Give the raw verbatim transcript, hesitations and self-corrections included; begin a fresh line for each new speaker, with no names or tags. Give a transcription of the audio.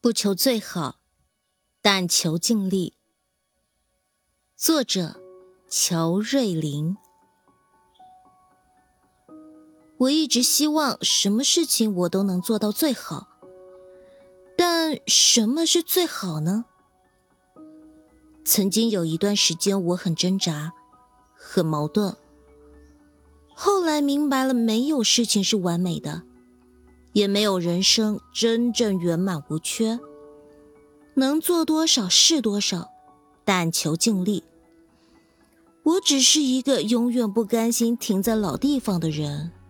不求最好，但求尽力。作者：乔瑞麟。我一直希望什么事情我都能做到最好，但什么是最好呢？曾经有一段时间我很挣扎，很矛盾。后来明白了，没有事情是完美的，也没有人生真正圆满无缺。能做多少是多少，但求尽力。我只是一个永远不甘心停在老地方的人。